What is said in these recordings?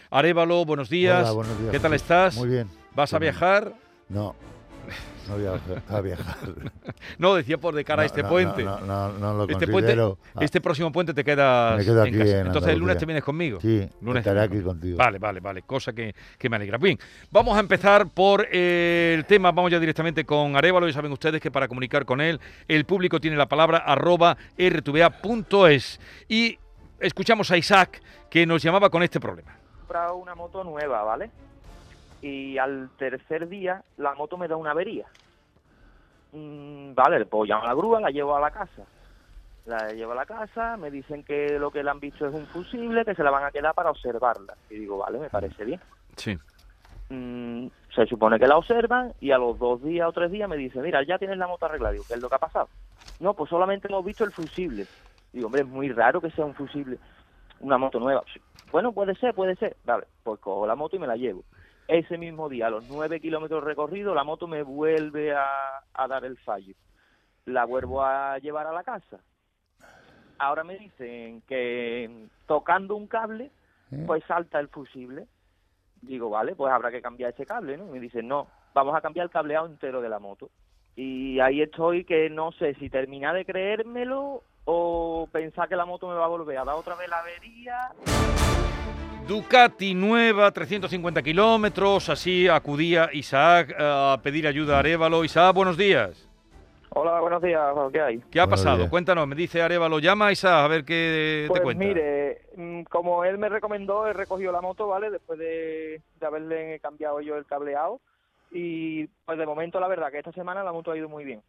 Arévalo, buenos días. Hola, buenos días. ¿Qué tal estás? Muy bien. ¿Vas a viajar? No voy a viajar. No, decía por de cara a este puente. No lo Este considero. puente, este próximo puente te quedas Me quedo aquí en casa. en Entonces el lunes Andalucía. te vienes conmigo. Sí, Lunes estaré te aquí vienes contigo. Vale, cosa que me alegra. Bien, vamos a empezar por el tema, vamos ya directamente con Arévalo. Ya saben ustedes que para comunicar con él, el público tiene la palabra @rtva.es. Y escuchamos a Isaac, que nos llamaba con este problema. He comprado una moto nueva, ¿vale? Y al tercer día la moto me da una avería. Vale, pues llamo a la grúa, la llevo a la casa. La llevo a la casa, me dicen que lo que le han visto es un fusible, que se la van a quedar para observarla. Y digo, vale, me parece bien. Sí. Se supone que la observan y a los 2 días o 3 días me dicen, mira, ya tienes la moto arreglada. Digo, ¿qué es lo que ha pasado? No, pues solamente hemos visto el fusible. Digo, hombre, es muy raro que sea un fusible, una moto nueva. Bueno, puede ser. Vale, pues cojo la moto y me la llevo. Ese mismo día, a los 9 kilómetros recorridos, la moto me vuelve a dar el fallo. La vuelvo a llevar a la casa. Ahora me dicen que tocando un cable, pues salta el fusible. Digo, vale, pues habrá que cambiar ese cable, ¿no? Y me dicen, no, vamos a cambiar el cableado entero de la moto. Y ahí estoy que no sé si terminar de creérmelo o pensar que la moto me va a volver a dar otra vez la avería. Ducati nueva, 350 kilómetros, así acudía Isaac a pedir ayuda a Arévalo. Isaac, buenos días. Hola, buenos días, ¿qué hay? ¿Qué ha Buenos pasado? días. Cuéntanos, me dice Arévalo, llama a Isaac a ver qué te Pues cuenta. mire, como él me recomendó, he recogido la moto, ¿vale? Después de haberle cambiado yo el cableado. Y pues de momento la verdad que esta semana la moto ha ido muy bien.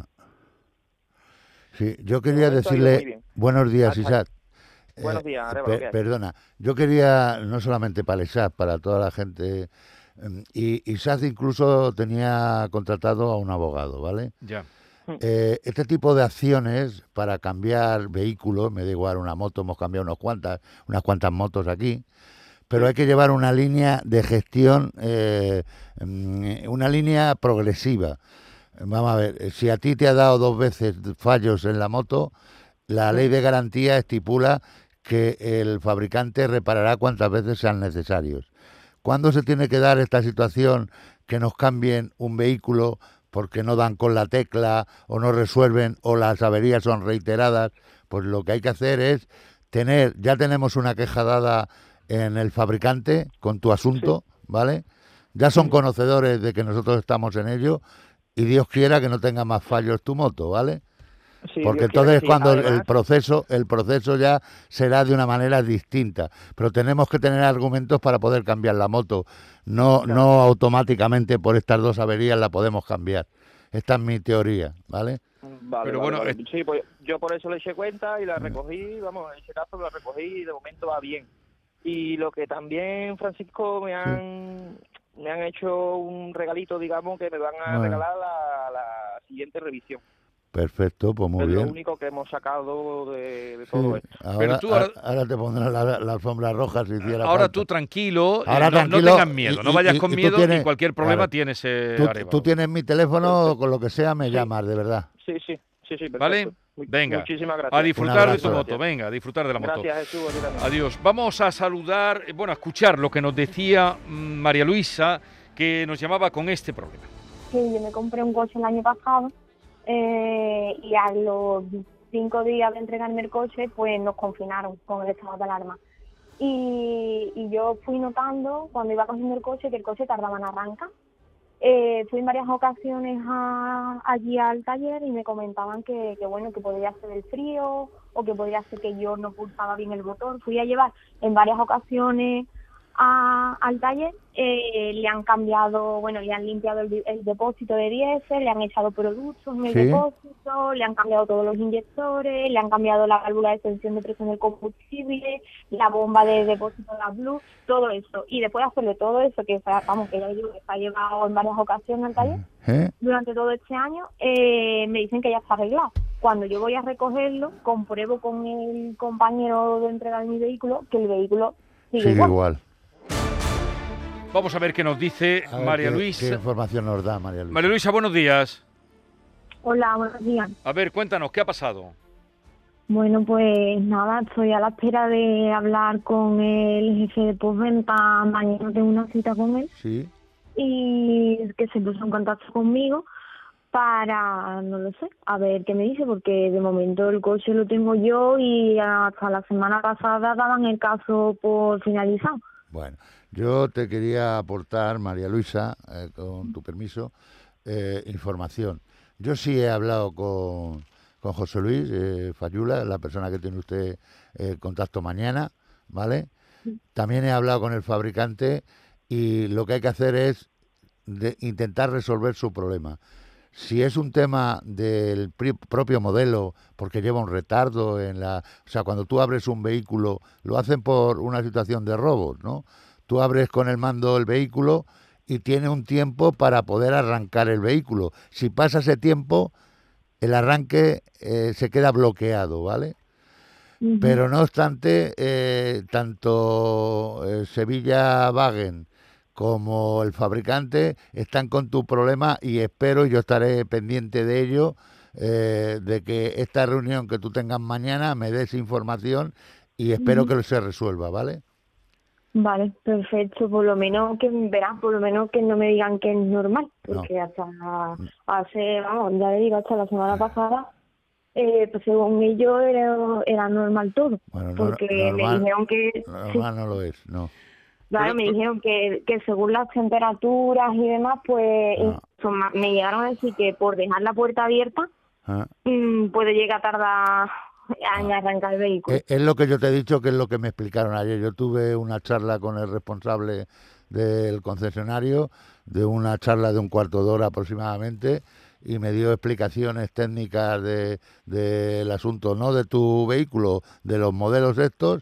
Sí, yo quería De momento ha ido muy decirle bien. buenos días, Hasta- Isaac. Buenos días, Arévalo, ¿qué hay? Perdona, yo quería, no solamente para el Isaac, para toda la gente, y Isaac incluso tenía contratado a un abogado, ¿vale? Ya. Este tipo de acciones para cambiar vehículos, me da igual una moto, hemos cambiado unas cuantas motos aquí, pero hay que llevar una línea de gestión, una línea progresiva. Vamos a ver, si a ti te ha dado 2 veces fallos en la moto, la ley de garantía estipula que el fabricante reparará cuantas veces sean necesarios. ¿Cuándo se tiene que dar esta situación que nos cambien un vehículo porque no dan con la tecla o no resuelven o las averías son reiteradas? Pues lo que hay que hacer es ya tenemos una queja dada en el fabricante con tu asunto, ¿vale? Ya son conocedores de que nosotros estamos en ello y Dios quiera que no tenga más fallos tu moto, ¿vale? Sí, Porque Dios quiera entonces que sí. cuando Además, el proceso ya será de una manera distinta. Pero tenemos que tener argumentos para poder cambiar la moto. No automáticamente por estas 2 averías la podemos cambiar. Esta es mi teoría, ¿vale? Vale, Pero vale, bueno, vale. Sí, pues yo por eso le eché cuenta y la recogí, vamos, en ese caso la recogí y de momento va bien. Y lo que también, Francisco, me han hecho un regalito, digamos, que me van a Bueno. regalar la siguiente revisión. Perfecto, pues muy Es bien. lo único que hemos sacado de Sí. todo esto. Ahora, tú ahora- ahora te pondrán la alfombra roja si hiciera Ahora falta. tú tranquilo, Ahora no tranquilo, tengas miedo, no vayas con tú miedo tienes- y cualquier problema claro, tienes Tú Arévalo. tienes mi teléfono, Perfecto. con lo que sea me Sí. llamas, de verdad. Sí, perfecto. ¿Vale? Venga, Muchísimas gracias. a disfrutar de tu abrazo. moto, venga, a disfrutar de la moto. Gracias, Jesús. a ti también. Adiós. Vamos a saludar, a escuchar lo que nos decía María Luisa, que nos llamaba con este problema. Sí, yo me compré un coche el año pasado y a los 5 días de entregarme el coche, pues nos confinaron con el estado de alarma. Y yo fui notando, cuando iba cogiendo el coche, que el coche tardaba en arrancar. Fui en varias ocasiones allí al taller y me comentaban que bueno, que podía ser el frío o que podía ser que yo no pulsaba bien el botón. Fui a llevar en varias ocasiones al taller, le han cambiado, bueno, le han limpiado el depósito de diésel, le han echado productos en el Sí. depósito, le han cambiado todos los inyectores, le han cambiado la válvula de extensión de presión del combustible, la bomba de depósito de la Blue, todo eso. Y después de hacerle todo eso, que ya digo que se ha llevado en varias ocasiones al taller, durante todo este año, me dicen que ya está arreglado. Cuando yo voy a recogerlo, compruebo con el compañero de entrega de mi vehículo que el vehículo sigue igual. Vamos a ver qué nos dice A ver María ¿Qué Luisa. información nos da María Luisa? María Luisa, buenos días. Hola, buenos días. A ver, cuéntanos, ¿qué ha pasado? Bueno, pues nada, estoy a la espera de hablar con el jefe de postventa. Mañana tengo una cita con él Sí. y que se puso en contacto conmigo para, no lo sé, a ver qué me dice, porque de momento el coche lo tengo yo y hasta la semana pasada daban el caso por finalizado. Bueno, yo te quería aportar, María Luisa, con tu permiso, información. Yo sí he hablado con José Luis Fayula, la persona que tiene usted contacto mañana, ¿vale? También he hablado con el fabricante y lo que hay que hacer es intentar resolver su problema. Si es un tema del propio modelo, porque lleva un retardo en la... O sea, cuando tú abres un vehículo, lo hacen por una situación de robos, ¿no? Tú abres con el mando el vehículo y tiene un tiempo para poder arrancar el vehículo. Si pasa ese tiempo, el arranque se queda bloqueado, ¿vale? Ujú. Pero no obstante, tanto Sevilla Wagen como el fabricante están con tu problema y espero, yo estaré pendiente de ello, de que esta reunión que tú tengas mañana me des información y espero Ujú. que se resuelva, ¿vale? Vale, perfecto. Por lo menos que verás, por lo menos que no me digan que es normal, No. porque hasta hace, vamos, ya le digo, hasta la semana pasada, pues según ellos era normal todo, Bueno, porque me normal, dijeron que, sí, normal no lo es, no. claro, me Pero, dijeron que según las temperaturas y demás, pues No. incluso me llegaron a decir que por dejar la puerta abierta Ah. puede llegar a tardar en arrancar el vehículo. Es lo que yo te he dicho, que es lo que me explicaron ayer. Yo tuve una charla con el responsable del concesionario, de una charla de un cuarto de hora aproximadamente, y me dio explicaciones técnicas del asunto, no de tu vehículo, de los modelos estos,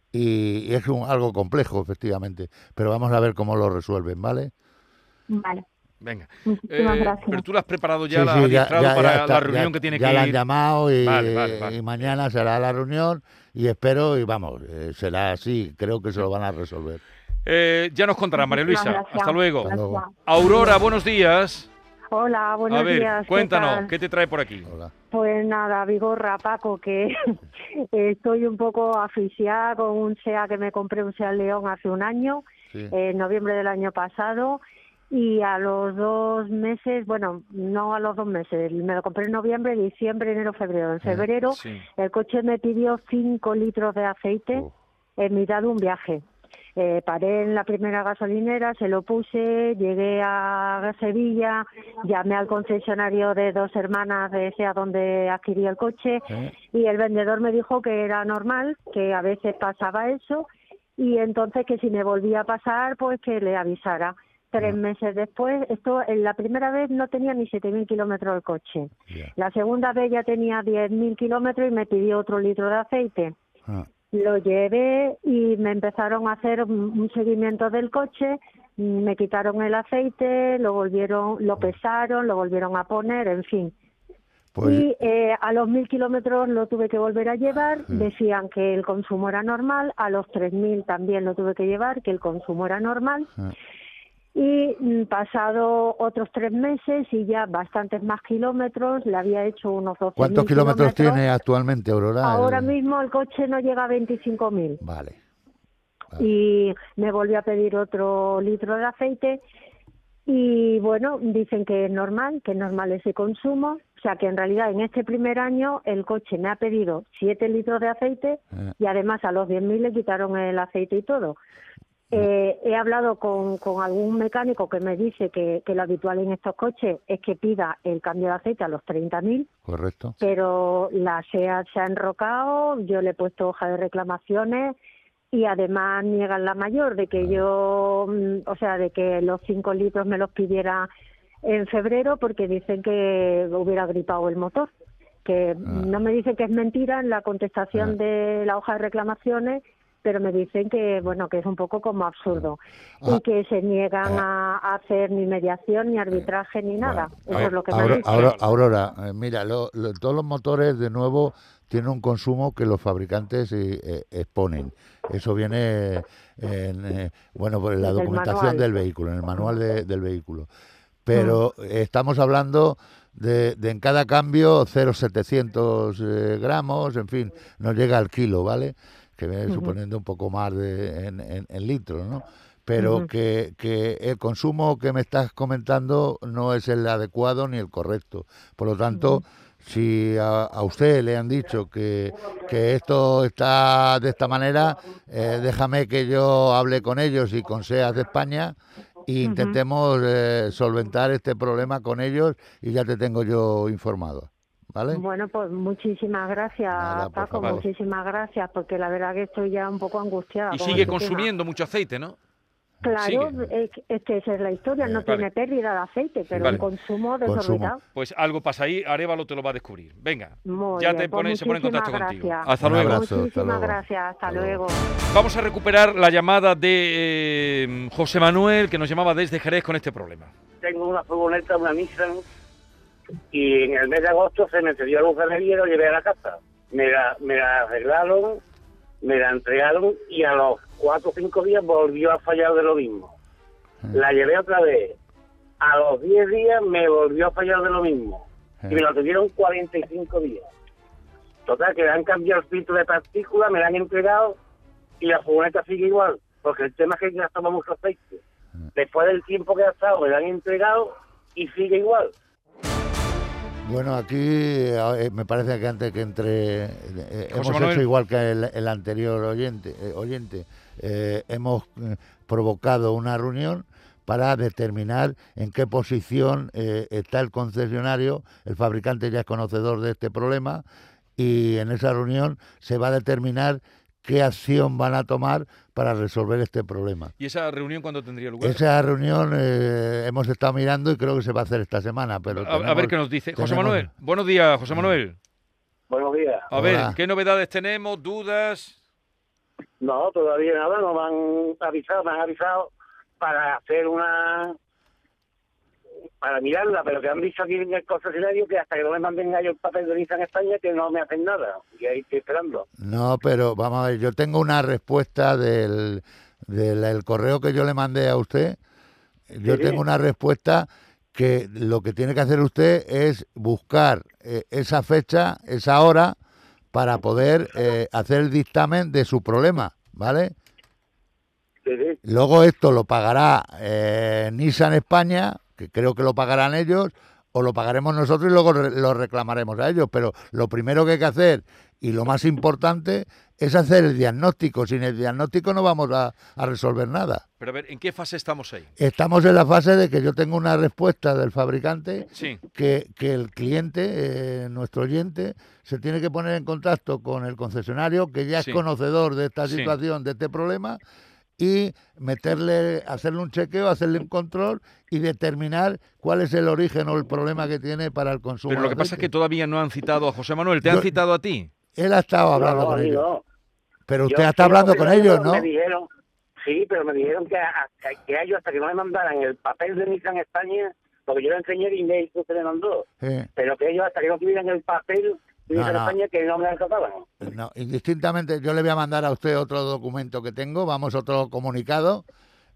y es algo complejo, efectivamente. Pero vamos a ver cómo lo resuelven, ¿vale? Vale, venga. muchísimas Pero gracias. tú lo has preparado ya, Sí, la has sí, adiestrado para la está, reunión que tiene ya que la han ir. llamado Vale, vale, vale. y mañana será la reunión y espero, y vamos, será así, creo que se lo van a resolver. Ya nos contará María Muchísimas Luisa. gracias. Hasta luego. Hasta luego. Gracias. Aurora, buenos días. Hola, A buenos ver, días. ¿Qué cuéntanos, tal? ¿qué te trae por aquí? Hola. Pues nada, Vigorra, Paco, que estoy un poco asfixiada con un SEA que me compré, un SEA León hace un año, Sí. en noviembre del año pasado, y a los 2 meses, bueno, no a los 2 meses, me lo compré en noviembre, diciembre, enero, febrero. En febrero Sí. el coche me pidió 5 litros de aceite Oh. en mitad de un viaje. Paré en la primera gasolinera, se lo puse, llegué a Sevilla, llamé al concesionario de Dos Hermanas de ese a donde adquirí el coche y el vendedor me dijo que era normal, que a veces pasaba eso y entonces que si me volvía a pasar pues que le avisara. 3 meses después, esto en la primera vez no tenía ni 7.000 kilómetros el coche. Ya. La segunda vez ya tenía 10.000 kilómetros y me pidió otro litro de aceite. Ah. Lo llevé y me empezaron a hacer un seguimiento del coche, me quitaron el aceite, lo pesaron, lo volvieron a poner, en fin. Pues Y a los 1.000 kilómetros lo tuve que volver a llevar, decían que el consumo era normal, a los 3.000 también lo tuve que llevar, que el consumo era normal. Y pasado otros 3 meses y ya bastantes más kilómetros, le había hecho unos 12.000 ¿cuántos kilómetros tiene actualmente, Aurora? Ahora mismo el coche no llega a 25.000. Vale. Y me volvió a pedir otro litro de aceite y bueno, dicen que es normal ese consumo, o sea que en realidad en este primer año el coche me ha pedido 7 litros de aceite y además a los 10.000 le quitaron el aceite y todo. He hablado con algún mecánico que me dice que lo habitual en estos coches es que pida el cambio de aceite a los 30.000. Correcto. Pero la SEAT se ha enrocado, yo le he puesto hoja de reclamaciones y además niegan la mayor de que yo, o sea, de que los 5 litros me los pidiera en febrero porque dicen que hubiera gripado el motor. Que no me dicen que es mentira en la contestación de la hoja de reclamaciones, pero me dicen que bueno, que es un poco como absurdo y que se niegan a hacer ni mediación ni arbitraje ni nada. Eso es lo que me han dicho. Aurora, mira, todos los motores de nuevo tienen un consumo que los fabricantes exponen. Eso viene en la documentación del vehículo, en el manual del vehículo. Pero estamos hablando de en cada cambio 0,700 gramos, en fin, nos llega al kilo, ¿vale? Que viene suponiendo un poco más en litros, ¿no? Pero que el consumo que me estás comentando no es el adecuado ni el correcto. Por lo tanto, si a usted le han dicho que esto está de esta manera, déjame que yo hable con ellos y con SEAS de España e intentemos solventar este problema con ellos y ya te tengo yo informado. ¿Vale? Bueno, pues muchísimas gracias, Nada, por Paco, favor. muchísimas gracias, porque la verdad que estoy ya un poco angustiada. Y con sigue este consumiendo mucho aceite, ¿no? tema. Claro, sigue. es que esa es la historia, no Vale. tiene pérdida de aceite, pero Vale. un consumo desorbitado. Pues algo pasa ahí, Arévalo te lo va a descubrir. Venga, Muy ya bien, se pues pone en contacto muchísimas contigo. gracias. Hasta Un luego. abrazo. hasta Muchísimas luego. gracias, hasta Hasta luego. luego. Vamos a recuperar la llamada de José Manuel, que nos llamaba desde Jerez con este problema. Tengo una furgoneta, una Nissan, y en el mes de agosto se me encendió la luz de energía y lo llevé a la casa. Me la arreglaron, me la entregaron y a los 4 o 5 días volvió a fallar de lo mismo. La llevé otra vez. A los 10 días me volvió a fallar de lo mismo. Y me lo tuvieron 45 días. Total, que le han cambiado el filtro de partículas, me la han entregado y la furgoneta sigue igual. Porque el tema es que gastamos mucho aceite. Después del tiempo que ha estado, me la han entregado y sigue igual. Bueno, aquí me parece que antes que entre hemos Manuel. hecho igual que el anterior oyente. Hemos provocado una reunión para determinar en qué posición está el concesionario. El fabricante ya es conocedor de este problema y en esa reunión se va a determinar qué acción van a tomar para resolver este problema. ¿Y esa reunión cuándo tendría lugar? Esa reunión hemos estado mirando y creo que se va a hacer esta semana. Pero A ver qué nos dice. José tenemos- Manuel, buenos días, José Manuel. Buenos días. A ver, Hola. ¿qué novedades tenemos? ¿Dudas? No, todavía nada, no me han avisado para hacer para mirarla, pero que han dicho aquí en el concesionario que hasta que no me manden a ellos el papel de Nissan España que no me hacen nada, y ahí estoy esperando. No, pero vamos a ver, yo tengo una respuesta del correo que yo le mandé a usted. Yo Sí. tengo una respuesta que lo que tiene que hacer usted es buscar esa fecha, esa hora, para poder hacer el dictamen de su problema, ¿vale? Sí, sí. Luego esto lo pagará Nissan España, que creo que lo pagarán ellos, o lo pagaremos nosotros y luego lo reclamaremos a ellos. Pero lo primero que hay que hacer, y lo más importante, es hacer el diagnóstico. Sin el diagnóstico no vamos a resolver nada. Pero a ver, ¿en qué fase estamos ahí? Estamos en la fase de que yo tengo una respuesta del fabricante Sí. que el cliente, nuestro oyente, se tiene que poner en contacto con el concesionario, que ya es Sí. conocedor de esta Sí. situación, de este problema, y hacerle un chequeo, hacerle un control y determinar cuál es el origen o el problema que tiene para el consumo. Pero lo de que pasa es aceite. que todavía no han citado a José Manuel. ¿Te han Yo- citado a ti? Él ha estado hablando No, con a mí ellos. no. Pero Yo usted está creo hablando que con ellos ellos, ¿no? Me dijeron, sí, pero me dijeron que ellos hasta que no me mandaran el papel de Nissan España, porque yo le enseñé el email que usted me mandó, pero que ellos hasta que no tuvieran el papel de Nissan no. España que no me la trataban. No, indistintamente, yo le voy a mandar a usted otro documento que tengo, vamos, otro comunicado,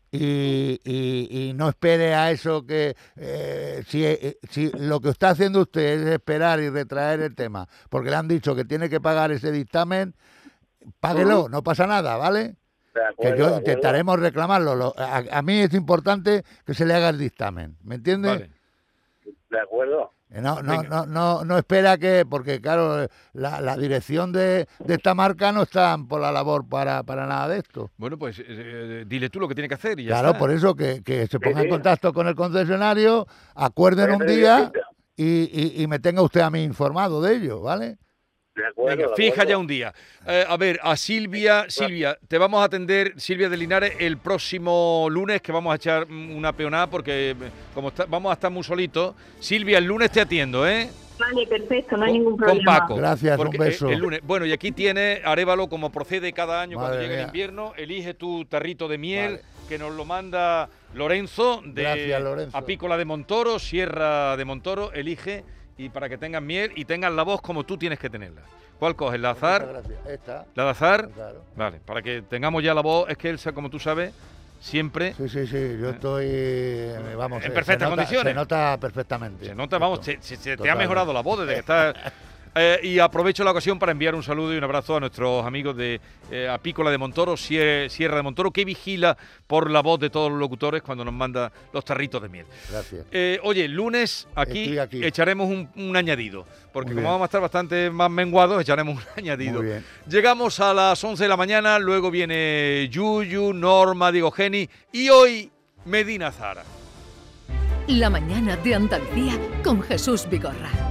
y no espere a eso que si lo que está haciendo usted es esperar y retraer el tema, porque le han dicho que tiene que pagar ese dictamen, páguelo, no pasa nada, ¿vale? De Que acuerdo, de yo acuerdo. intentaremos reclamarlo. A mí es importante que se le haga el dictamen, ¿me entiende? Vale. De acuerdo. No espera que, porque claro, la dirección de esta marca no está por la labor para nada de esto. Bueno, pues dile tú lo que tiene que hacer y ya Claro, está. por eso que se ponga en sí. contacto con el concesionario, acuerden un Pero día necesita. y me tenga usted a mí informado de ello, ¿vale? De acuerdo. Venga, de fija acuerdo. ya un día. A ver, a Silvia, te vamos a atender, Silvia de Linares, el próximo lunes, que vamos a echar una peonada porque vamos a estar muy solitos. Silvia, el lunes te atiendo, ¿eh? Vale, perfecto, no hay Con- ningún con problema. Paco. Gracias, Porque, un beso. el lunes. Bueno, y aquí tiene Arévalo, como procede cada año cuando Madre llega el mía. invierno, elige tu tarrito de miel, Vale. que nos lo manda Lorenzo, de Gracias, Lorenzo. Apícola de Montoro, Sierra de Montoro, elige, y para que tengan miel y tengan la voz como tú tienes que tenerla. ¿Cuál coges? ¿La azar? Muchas gracias. Esta, ¿La de azar? claro. Vale, para que tengamos ya la voz, es que él, como tú sabes, siempre. Sí, yo estoy, vamos, en perfectas condiciones. Se nota perfectamente. Se nota, vamos, te ha Total. mejorado la voz desde que estás... y aprovecho la ocasión para enviar un saludo y un abrazo a nuestros amigos de Apícola de Montoro, Sierra de Montoro, que vigila por la voz de todos los locutores cuando nos manda los tarritos de miel. Gracias. Oye, lunes aquí Aquí. echaremos un añadido, porque Muy como bien. vamos a estar bastante más menguados, echaremos un añadido. Muy bien. Llegamos a las 11 de la mañana, luego viene Yuyu, Norma, Diego Geni y hoy Medina Zahara. La mañana de Andalucía con Jesús Vigorra.